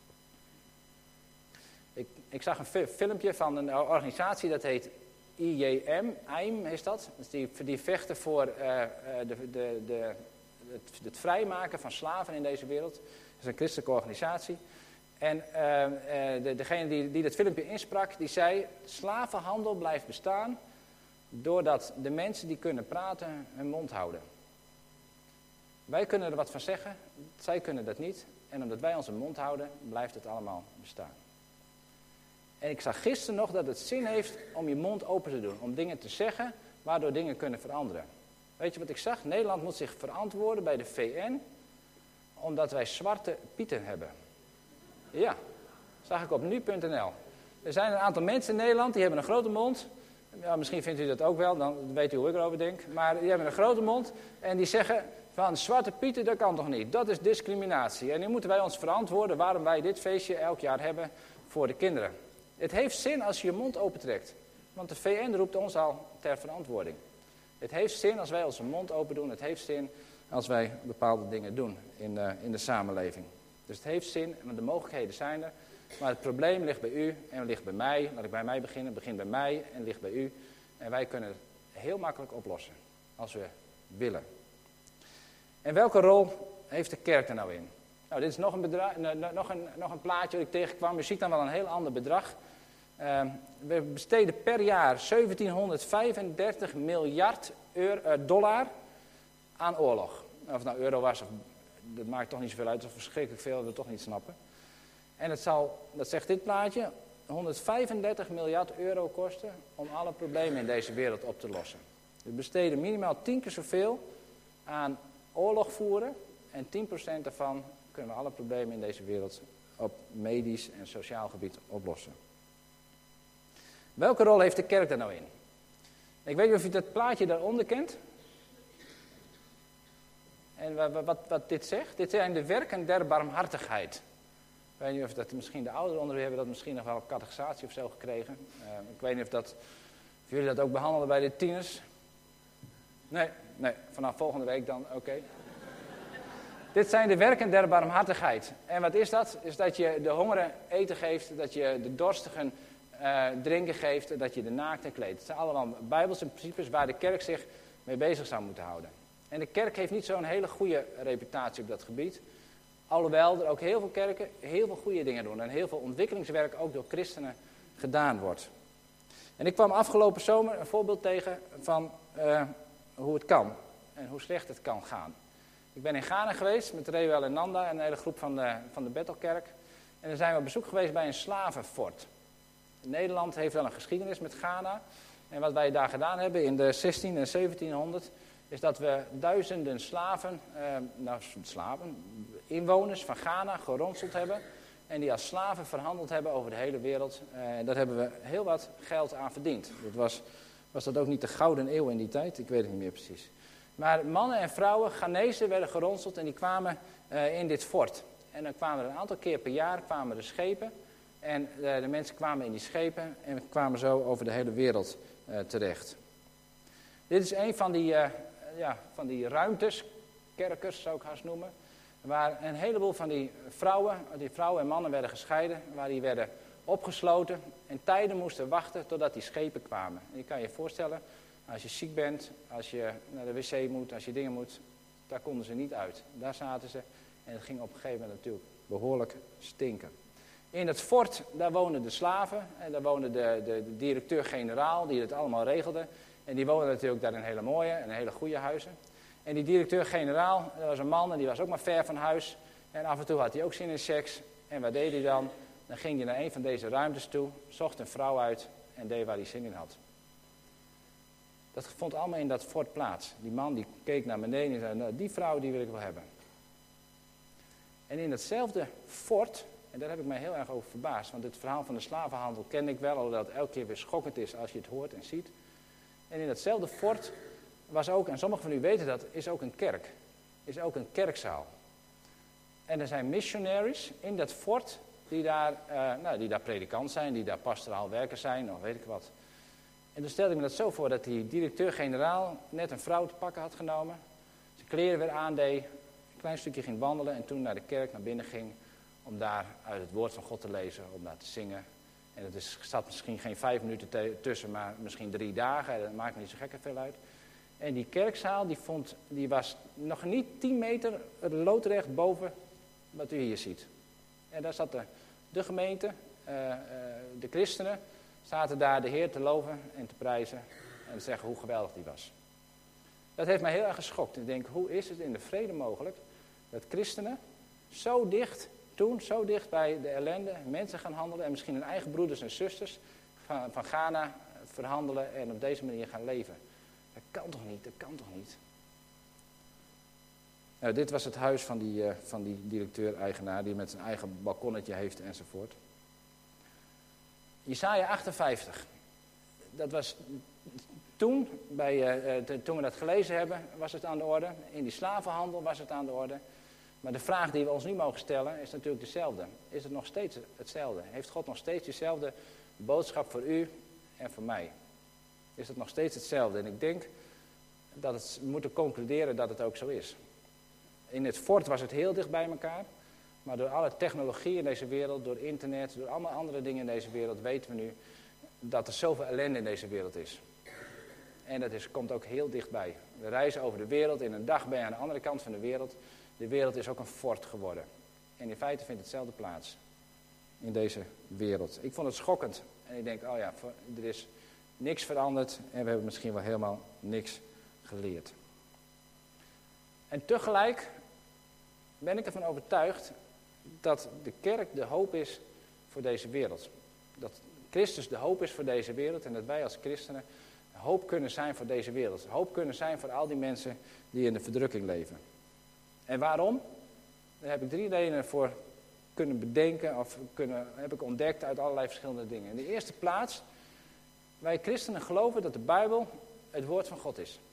Ik, ik zag een filmpje van een organisatie dat heet I J M, I J M is dat. Dus die, die vechten voor uh, de, de, de, het, het vrijmaken van slaven in deze wereld. Dat is een christelijke organisatie. En uh, uh, de, degene die, die dat filmpje insprak, die zei, slavenhandel blijft bestaan doordat de mensen die kunnen praten hun mond houden. Wij kunnen er wat van zeggen, zij kunnen dat niet. En omdat wij onze mond houden, blijft het allemaal bestaan. En ik zag gisteren nog dat het zin heeft om je mond open te doen. Om dingen te zeggen, waardoor dingen kunnen veranderen. Weet je wat ik zag? Nederland moet zich verantwoorden bij de V N, omdat wij zwarte pieten hebben. Ja, zag ik op nu punt n l. Er zijn een aantal mensen in Nederland, die hebben een grote mond. Ja, misschien vindt u dat ook wel, dan weet u hoe ik erover denk. Maar die hebben een grote mond en die zeggen van zwarte pieten, dat kan toch niet? Dat is discriminatie. En nu moeten wij ons verantwoorden waarom wij dit feestje elk jaar hebben voor de kinderen. Het heeft zin als je je mond opentrekt. Want de V N roept ons al ter verantwoording. Het heeft zin als wij onze mond open doen. Het heeft zin als wij bepaalde dingen doen in de, in de samenleving. Dus het heeft zin, want de mogelijkheden zijn er. Maar het probleem ligt bij u en ligt bij mij. Laat ik bij mij beginnen. Het begint bij mij en ligt bij u. En wij kunnen het heel makkelijk oplossen. Als we willen. En welke rol heeft de kerk er nou in? Nou, dit is nog een, bedra- nog een, nog een plaatje dat ik tegenkwam. U ziet dan wel een heel ander bedrag. Uh, we besteden per jaar zeventienhonderdvijfendertig miljard euro, uh, dollar aan oorlog. Of het nou euro was, of, dat maakt toch niet zoveel uit. Dat is verschrikkelijk veel, dat we toch niet snappen. En het zal, dat zegt dit plaatje, honderdvijfendertig miljard euro kosten om alle problemen in deze wereld op te lossen. We besteden minimaal tien keer zoveel aan oorlog voeren. En tien procent daarvan kunnen we alle problemen in deze wereld op medisch en sociaal gebied oplossen. Welke rol heeft de kerk daar nou in? Ik weet niet of u dat plaatje daaronder kent. En wat, wat, wat dit zegt? Dit zijn de werken der barmhartigheid. Ik weet niet of dat misschien de ouderen onder u hebben dat misschien nog wel catechisatie of zo gekregen. Uh, ik weet niet of, dat, of jullie dat ook behandelen bij de tieners. Nee, nee, vanaf volgende week dan, oké. Okay. Dit zijn de werken der barmhartigheid. En wat is dat? Is dat je de hongeren eten geeft, dat je de dorstigen uh, drinken geeft, dat je de naakten kleedt. Het zijn allemaal bijbelse principes waar de kerk zich mee bezig zou moeten houden. En de kerk heeft niet zo'n hele goede reputatie op dat gebied. Alhoewel er ook heel veel kerken heel veel goede dingen doen. En heel veel ontwikkelingswerk ook door christenen gedaan wordt. En ik kwam afgelopen zomer een voorbeeld tegen van uh, hoe het kan. En hoe slecht het kan gaan. Ik ben in Ghana geweest met Reuel en Nanda en een hele groep van de, van de Bethelkerk. En dan zijn we op bezoek geweest bij een slavenfort. Nederland heeft wel een geschiedenis met Ghana. En wat wij daar gedaan hebben in de zestien en zeventienhonderd... is dat we duizenden slaven, eh, nou slaven, inwoners van Ghana geronseld hebben. En die als slaven verhandeld hebben over de hele wereld. Eh, daar hebben we heel wat geld aan verdiend. Dat was, was dat ook niet de gouden eeuw in die tijd? Ik weet het niet meer precies. Maar mannen en vrouwen, Ghanezen, werden geronseld en die kwamen uh, in dit fort. En dan kwamen er een aantal keer per jaar kwamen er schepen. En uh, de mensen kwamen in die schepen en kwamen zo over de hele wereld uh, terecht. Dit is een van die, uh, ja, van die ruimtes, kerkers zou ik haast noemen. Waar een heleboel van die vrouwen, die vrouwen en mannen werden gescheiden. Waar die werden opgesloten en tijden moesten wachten totdat die schepen kwamen. En je kan je voorstellen... Als je ziek bent, als je naar de wc moet, als je dingen moet, daar konden ze niet uit. Daar zaten ze en het ging op een gegeven moment natuurlijk behoorlijk stinken. In het fort, daar woonden de slaven en daar woonde de, de, de directeur-generaal die het allemaal regelde. En die woonde natuurlijk daar in hele mooie en hele goede huizen. En die directeur-generaal, dat was een man en die was ook maar ver van huis. En af en toe had hij ook zin in seks. En wat deed hij dan? Dan ging hij naar een van deze ruimtes toe, zocht een vrouw uit en deed waar hij zin in had. Dat vond allemaal in dat fort plaats. Die man die keek naar beneden en zei, nou, die vrouw die wil ik wel hebben. En in datzelfde fort, en daar heb ik mij heel erg over verbaasd, want het verhaal van de slavenhandel ken ik wel, alhoewel het elke keer weer schokkend is als je het hoort en ziet. En in datzelfde fort was ook, en sommigen van u weten dat, is ook een kerk. Is ook een kerkzaal. En er zijn missionaries in dat fort die daar, uh, nou, die daar predikant zijn, die daar pastoraal werker zijn, of weet ik wat. En toen stelde ik me dat zo voor dat die directeur-generaal net een vrouw te pakken had genomen, zijn kleren weer aandeed, een klein stukje ging wandelen en toen naar de kerk naar binnen ging om daar uit het woord van God te lezen, om daar te zingen. En het is, staat misschien geen vijf minuten te, tussen, maar misschien drie dagen, dat maakt me niet zo gek veel uit. En die kerkzaal die vond, die was nog niet tien meter loodrecht boven wat u hier ziet. En daar zat de, de gemeente, uh, uh, de christenen, zaten daar de Heer te loven en te prijzen en te zeggen hoe geweldig die was. Dat heeft mij heel erg geschokt. Ik denk, hoe is het in de vrede mogelijk dat christenen zo dicht, toen zo dicht bij de ellende, mensen gaan handelen en misschien hun eigen broeders en zusters van, van Ghana verhandelen en op deze manier gaan leven. Dat kan toch niet, dat kan toch niet. Nou, dit was het huis van die, uh, van die directeur-eigenaar die met zijn eigen balkonnetje heeft enzovoort. Jesaja achtenvijftig. Dat was toen, bij, uh, uh, toen we dat gelezen hebben, was het aan de orde. In die slavenhandel was het aan de orde. Maar de vraag die we ons nu mogen stellen is natuurlijk dezelfde. Is het nog steeds hetzelfde? Heeft God nog steeds dezelfde boodschap voor u en voor mij? Is het nog steeds hetzelfde? En ik denk dat het, we moeten concluderen dat het ook zo is. In het fort was het heel dicht bij elkaar. Maar door alle technologie in deze wereld, door internet, door allemaal andere dingen in deze wereld, weten we nu dat er zoveel ellende in deze wereld is. En dat is, komt ook heel dichtbij. We reizen over de wereld, in een dag ben je aan de andere kant van de wereld. De wereld is ook een fort geworden. En in feite vindt hetzelfde plaats in deze wereld. Ik vond het schokkend. En ik denk, oh ja, er is niks veranderd en we hebben misschien wel helemaal niks geleerd. En tegelijk ben ik ervan overtuigd dat de kerk de hoop is voor deze wereld. Dat Christus de hoop is voor deze wereld en dat wij als christenen hoop kunnen zijn voor deze wereld. Hoop kunnen zijn voor al die mensen die in de verdrukking leven. En waarom? Daar heb ik drie redenen voor kunnen bedenken of kunnen, heb ik ontdekt uit allerlei verschillende dingen. In de eerste plaats, wij christenen geloven dat de Bijbel het woord van God is.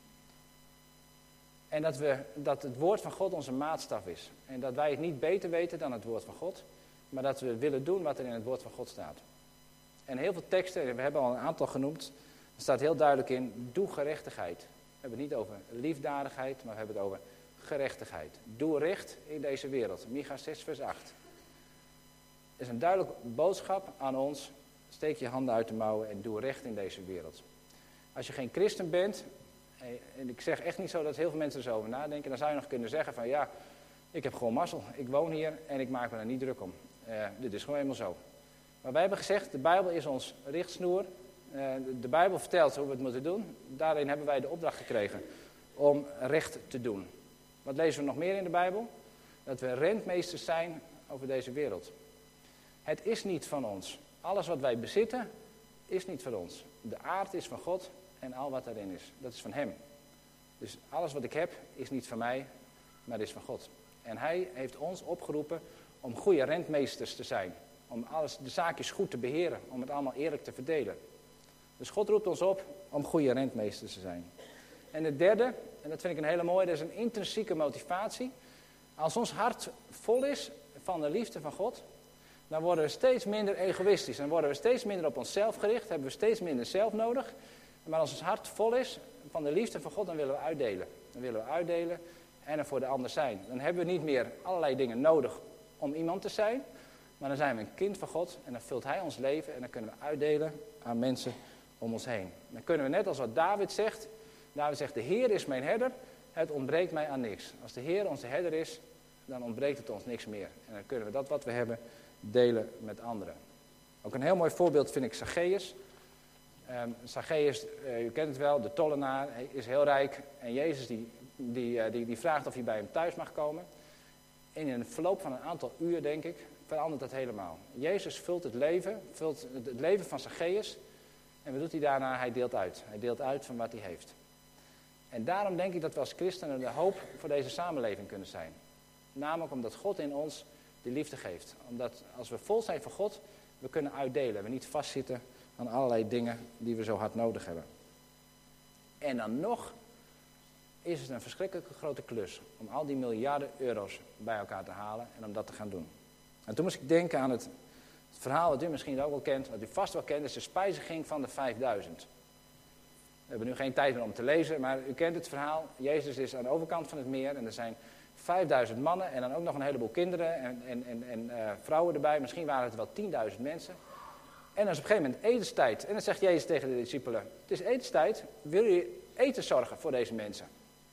En dat, we, dat het woord van God onze maatstaf is. En dat wij het niet beter weten dan het woord van God. Maar dat we willen doen wat er in het woord van God staat. En heel veel teksten, we hebben al een aantal genoemd. Er staat heel duidelijk in, doe gerechtigheid. We hebben het niet over liefdadigheid, maar we hebben het over gerechtigheid. Doe recht in deze wereld. Micha zes vers acht. Het is een duidelijke boodschap aan ons. Steek je handen uit de mouwen en doe recht in deze wereld. Als je geen christen bent, en ik zeg echt niet zo dat heel veel mensen er zo over nadenken, dan zou je nog kunnen zeggen van ja, ik heb gewoon mazzel. Ik woon hier en ik maak me er niet druk om. Uh, dit is gewoon helemaal zo. Maar wij hebben gezegd, de Bijbel is ons richtsnoer. Uh, de Bijbel vertelt hoe we het moeten doen. Daarin hebben wij de opdracht gekregen om recht te doen. Wat lezen we nog meer in de Bijbel? Dat we rentmeesters zijn over deze wereld. Het is niet van ons. Alles wat wij bezitten is niet van ons. De aarde is van God en al wat daarin is. Dat is van hem. Dus alles wat ik heb is niet van mij, maar is van God. En hij heeft ons opgeroepen om goede rentmeesters te zijn. Om alles, de zaakjes goed te beheren. Om het allemaal eerlijk te verdelen. Dus God roept ons op om goede rentmeesters te zijn. En het derde, en dat vind ik een hele mooie, dat is een intrinsieke motivatie. Als ons hart vol is van de liefde van God, dan worden we steeds minder egoïstisch. Dan worden we steeds minder op onszelf gericht, hebben we steeds minder zelf nodig. Maar als ons hart vol is van de liefde van God, dan willen we uitdelen. Dan willen we uitdelen en er voor de ander zijn. Dan hebben we niet meer allerlei dingen nodig om iemand te zijn, maar dan zijn we een kind van God en dan vult hij ons leven en dan kunnen we uitdelen aan mensen om ons heen. Dan kunnen we net als wat David zegt. David zegt, de Heer is mijn herder, het ontbreekt mij aan niks. Als de Heer onze herder is, dan ontbreekt het ons niks meer. En dan kunnen we dat wat we hebben delen met anderen. Ook een heel mooi voorbeeld vind ik Zacchaeus. Um, Zacchaeus, uh, u kent het wel, de tollenaar, hij is heel rijk. En Jezus die, die, uh, die, die vraagt of hij bij hem thuis mag komen. En in het verloop van een aantal uur, denk ik, verandert dat helemaal. Jezus vult het leven, vult het leven van Zacchaeus. En wat doet hij daarna? Hij deelt uit. Hij deelt uit van wat hij heeft. En daarom denk ik dat we als christenen de hoop voor deze samenleving kunnen zijn. Namelijk omdat God in ons die liefde geeft. Omdat als we vol zijn van God, we kunnen uitdelen. We niet vastzitten aan allerlei dingen die we zo hard nodig hebben. En dan nog is het een verschrikkelijke grote klus om al die miljarden euro's bij elkaar te halen en om dat te gaan doen. En toen moest ik denken aan het verhaal wat u misschien ook wel kent, wat u vast wel kent, is de spijziging van de vijfduizend. We hebben nu geen tijd meer om te lezen, maar u kent het verhaal. Jezus is aan de overkant van het meer en er zijn vijfduizend mannen en dan ook nog een heleboel kinderen en, en, en, en uh, vrouwen erbij. Misschien waren het wel tienduizend mensen. En dan is op een gegeven moment etenstijd. En dan zegt Jezus tegen de discipelen, het is etenstijd, wil je eten zorgen voor deze mensen?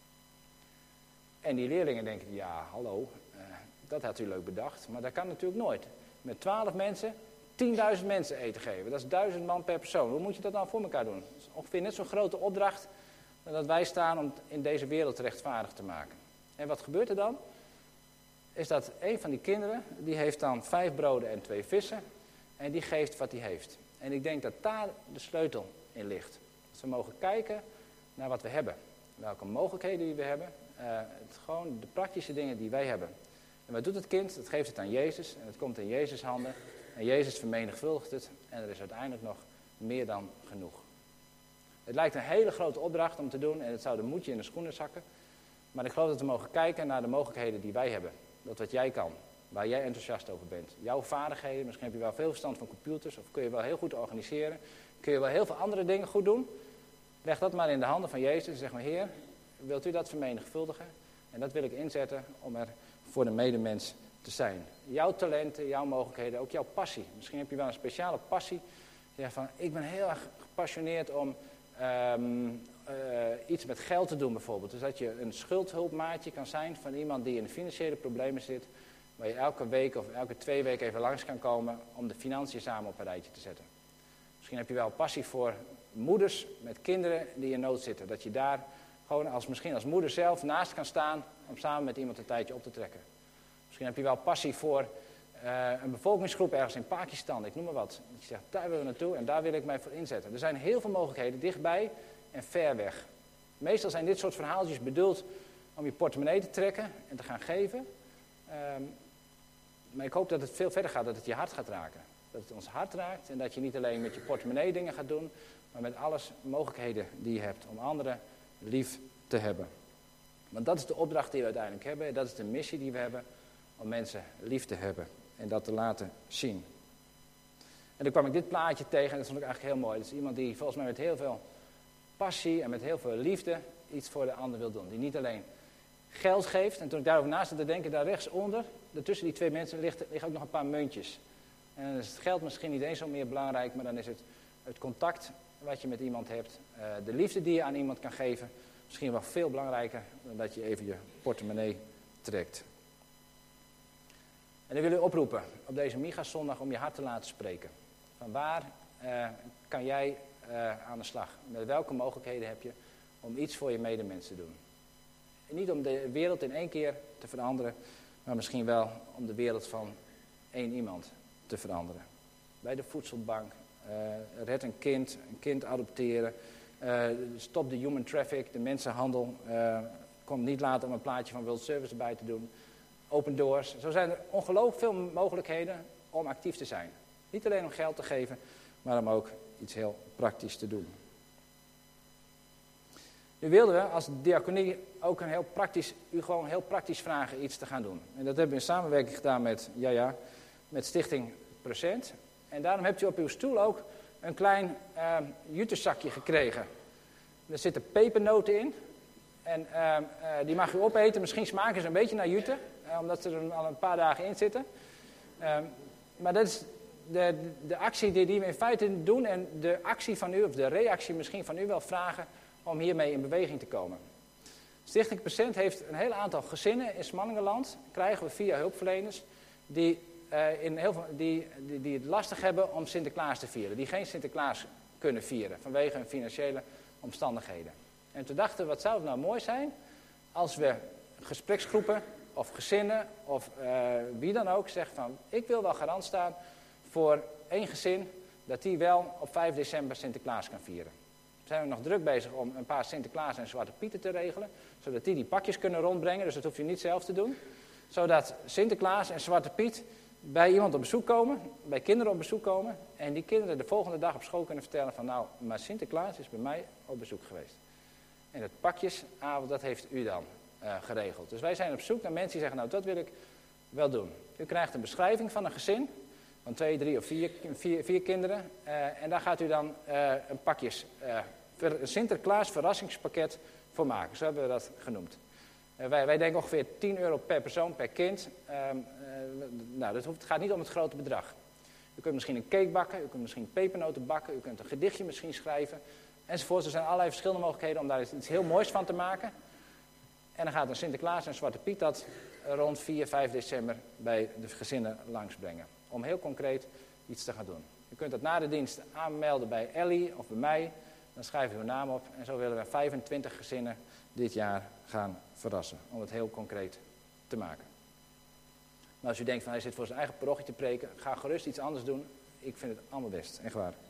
En die leerlingen denken, ja, hallo, uh, dat had u leuk bedacht, maar dat kan natuurlijk nooit. Met twaalf mensen, tienduizend mensen eten geven. Dat is duizend man per persoon. Hoe moet je dat dan voor elkaar doen? Dat is ongeveer net zo'n grote opdracht dat wij staan om in deze wereld rechtvaardig te maken. En wat gebeurt er dan? Is dat een van die kinderen, die heeft dan vijf broden en twee vissen. En die geeft wat hij heeft. En ik denk dat daar de sleutel in ligt. Dat we mogen kijken naar wat we hebben. Welke mogelijkheden die we hebben. Uh, het, gewoon de praktische dingen die wij hebben. En wat doet het kind? Het geeft het aan Jezus. En het komt in Jezus' handen. En Jezus vermenigvuldigt het. En er is uiteindelijk nog meer dan genoeg. Het lijkt een hele grote opdracht om te doen. En het zou de moedje in de schoenen zakken. Maar ik geloof dat we mogen kijken naar de mogelijkheden die wij hebben. Dat wat jij kan. Waar jij enthousiast over bent. Jouw vaardigheden. Misschien heb je wel veel verstand van computers. Of kun je wel heel goed organiseren. Kun je wel heel veel andere dingen goed doen. Leg dat maar in de handen van Jezus. En zeg maar, Heer, wilt u dat vermenigvuldigen? En dat wil ik inzetten om er voor de medemens te zijn. Jouw talenten, jouw mogelijkheden, ook jouw passie. Misschien heb je wel een speciale passie. Je zegt van, ik ben heel erg gepassioneerd om um, uh, iets met geld te doen bijvoorbeeld. Dus dat je een schuldhulpmaatje kan zijn van iemand die in financiële problemen zit. Waar je elke week of elke twee weken even langs kan komen om de financiën samen op een rijtje te zetten. Misschien heb je wel passie voor moeders met kinderen die in nood zitten. Dat je daar gewoon als, misschien als moeder zelf naast kan staan om samen met iemand een tijdje op te trekken. Misschien heb je wel passie voor uh, een bevolkingsgroep ergens in Pakistan, ik noem maar wat. Dat je zegt, daar willen we naartoe en daar wil ik mij voor inzetten. Er zijn heel veel mogelijkheden, dichtbij en ver weg. Meestal zijn dit soort verhaaltjes bedoeld om je portemonnee te trekken en te gaan geven. Um, maar ik hoop dat het veel verder gaat, dat het je hart gaat raken. Dat het ons hart raakt en dat je niet alleen met je portemonnee dingen gaat doen, maar met alles mogelijkheden die je hebt om anderen lief te hebben. Want dat is de opdracht die we uiteindelijk hebben. Dat is de missie die we hebben om mensen lief te hebben en dat te laten zien. En dan kwam ik dit plaatje tegen en dat vond ik eigenlijk heel mooi. Dat is iemand die volgens mij met heel veel passie en met heel veel liefde iets voor de ander wil doen. Die niet alleen geld geeft. En toen ik daarover na zat te denken, daar rechtsonder, tussen die twee mensen liggen, liggen ook nog een paar muntjes. En dan is het geld misschien niet eens zo meer belangrijk, maar dan is het het contact wat je met iemand hebt. Uh, de liefde die je aan iemand kan geven. Misschien wel veel belangrijker dan dat je even je portemonnee trekt. En ik wil u oproepen op deze Micha-zondag om je hart te laten spreken. Van waar uh, kan jij uh, aan de slag? Met welke mogelijkheden heb je om iets voor je medemens te doen? En niet om de wereld in één keer te veranderen, maar misschien wel om de wereld van één iemand te veranderen. Bij de voedselbank, uh, red een kind, een kind adopteren, uh, stop de human traffic, de mensenhandel. Uh, kom niet later om een plaatje van World Service erbij te doen. Open doors. Zo zijn er ongelooflijk veel mogelijkheden om actief te zijn. Niet alleen om geld te geven, maar om ook iets heel praktisch te doen. Nu wilden we als diaconie ook een heel praktisch, u gewoon heel praktisch vragen iets te gaan doen. En dat hebben we in samenwerking gedaan met, ja ja, met Stichting Procent. En daarom hebt u op uw stoel ook een klein uh, jutezakje gekregen. Er zitten pepernoten in. En uh, uh, die mag u opeten. Misschien smaken ze een beetje naar jute, uh, omdat ze er al een paar dagen in zitten. Uh, maar dat is de, de, de actie die, die we in feite doen. En de actie van u, of de reactie misschien van u wel vragen om hiermee in beweging te komen. Stichting Percent heeft een heel aantal gezinnen in Smallingenland, krijgen we via hulpverleners, die, uh, in heel veel, die, die, die het lastig hebben om Sinterklaas te vieren. Die geen Sinterklaas kunnen vieren vanwege hun financiële omstandigheden. En toen dachten we, wat zou het nou mooi zijn als we gespreksgroepen of gezinnen of uh, wie dan ook zegt van, ik wil wel garant staan voor één gezin dat die wel op vijf december Sinterklaas kan vieren. We zijn nog druk bezig om een paar Sinterklaas en Zwarte Pieten te regelen, zodat die die pakjes kunnen rondbrengen, dus dat hoef je niet zelf te doen. Zodat Sinterklaas en Zwarte Piet bij iemand op bezoek komen, bij kinderen op bezoek komen, en die kinderen de volgende dag op school kunnen vertellen van, nou, maar Sinterklaas is bij mij op bezoek geweest. En het pakjesavond, dat heeft u dan uh, geregeld. Dus wij zijn op zoek naar mensen die zeggen, nou, dat wil ik wel doen. U krijgt een beschrijving van een gezin, van twee, drie of vier, vier, vier kinderen. Uh, en daar gaat u dan uh, een pakjes, uh, een Sinterklaas verrassingspakket voor maken. Zo hebben we dat genoemd. Uh, wij, wij denken ongeveer tien euro per persoon, per kind. Uh, uh, nou, dat hoeft, het gaat niet om het grote bedrag. U kunt misschien een cake bakken, u kunt misschien pepernoten bakken, u kunt een gedichtje misschien schrijven, enzovoort. Er zijn allerlei verschillende mogelijkheden om daar iets heel moois van te maken. En dan gaat een Sinterklaas en Zwarte Piet dat rond vier, vijf december bij de gezinnen langsbrengen. Om heel concreet iets te gaan doen. U kunt dat na de dienst aanmelden bij Ellie of bij mij. Dan schrijf je uw naam op. En zo willen we vijfentwintig gezinnen dit jaar gaan verrassen. Om het heel concreet te maken. Maar als u denkt van hij zit voor zijn eigen parochie te preken, ga gerust iets anders doen. Ik vind het allemaal best, echt waar.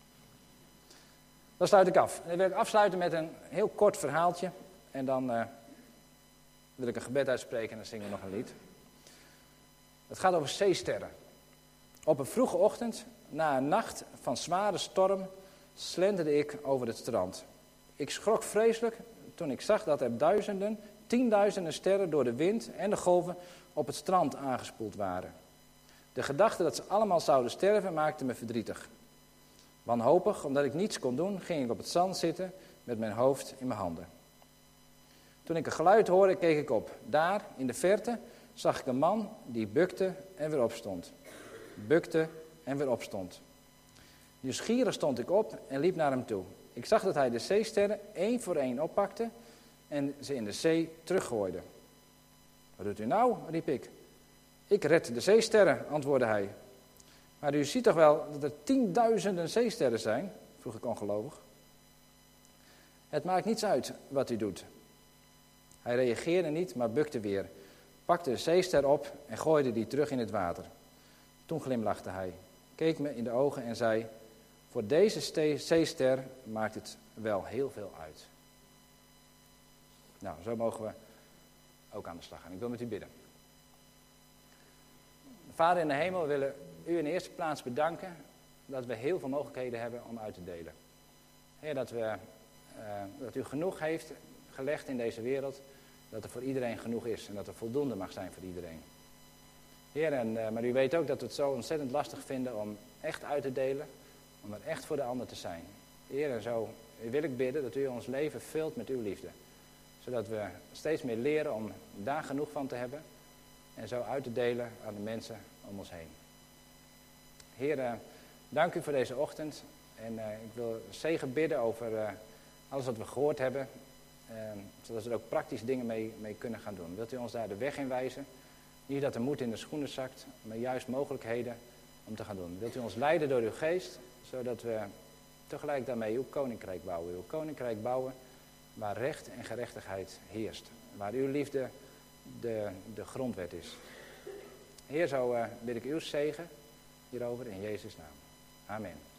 Dan sluit ik af. En dan wil ik afsluiten met een heel kort verhaaltje. En dan uh, wil ik een gebed uitspreken en dan zingen we nog een lied. Het gaat over zeesterren. Op een vroege ochtend, na een nacht van zware storm, slenterde ik over het strand. Ik schrok vreselijk toen ik zag dat er duizenden, tienduizenden sterren door de wind en de golven op het strand aangespoeld waren. De gedachte dat ze allemaal zouden sterven maakte me verdrietig. Wanhopig, omdat ik niets kon doen, ging ik op het zand zitten met mijn hoofd in mijn handen. Toen ik een geluid hoorde, keek ik op. Daar, in de verte, zag ik een man die bukte en weer opstond. Bukte en weer opstond. Nieuwsgierig stond ik op en liep naar hem toe. Ik zag dat hij de zeesterren één voor één oppakte en ze in de zee teruggooide. Wat doet u nou? Riep ik. Ik red de zeesterren, antwoordde hij. Maar u ziet toch wel dat er tienduizenden zeesterren zijn? Vroeg ik ongelovig. Het maakt niets uit wat u doet. Hij reageerde niet, maar bukte weer, pakte de zeester op en gooide die terug in het water. Toen glimlachte hij, keek me in de ogen en zei, voor deze ste- zeester maakt het wel heel veel uit. Nou, zo mogen we ook aan de slag gaan. Ik wil met u bidden. Vader in de hemel, we willen u in de eerste plaats bedanken dat we heel veel mogelijkheden hebben om uit te delen. Heer, dat, we, uh, dat u genoeg heeft gelegd in deze wereld, dat er voor iedereen genoeg is en dat er voldoende mag zijn voor iedereen. Heer, en, uh, maar u weet ook dat we het zo ontzettend lastig vinden om echt uit te delen, om er echt voor de ander te zijn. Heer, en zo wil ik bidden dat u ons leven vult met uw liefde. Zodat we steeds meer leren om daar genoeg van te hebben en zo uit te delen aan de mensen om ons heen. Heer, uh, dank u voor deze ochtend en uh, ik wil zegen bidden over uh, alles wat we gehoord hebben. Uh, zodat we er ook praktisch dingen mee, mee kunnen gaan doen. Wilt u ons daar de weg in wijzen? Niet dat de moed in de schoenen zakt, maar juist mogelijkheden om te gaan doen. Wilt u ons leiden door uw geest, zodat we tegelijk daarmee uw koninkrijk bouwen. Uw koninkrijk bouwen waar recht en gerechtigheid heerst. Waar uw liefde de, de grondwet is. Heer, zo uh, bid ik uw zegen hierover in Jezus' naam. Amen.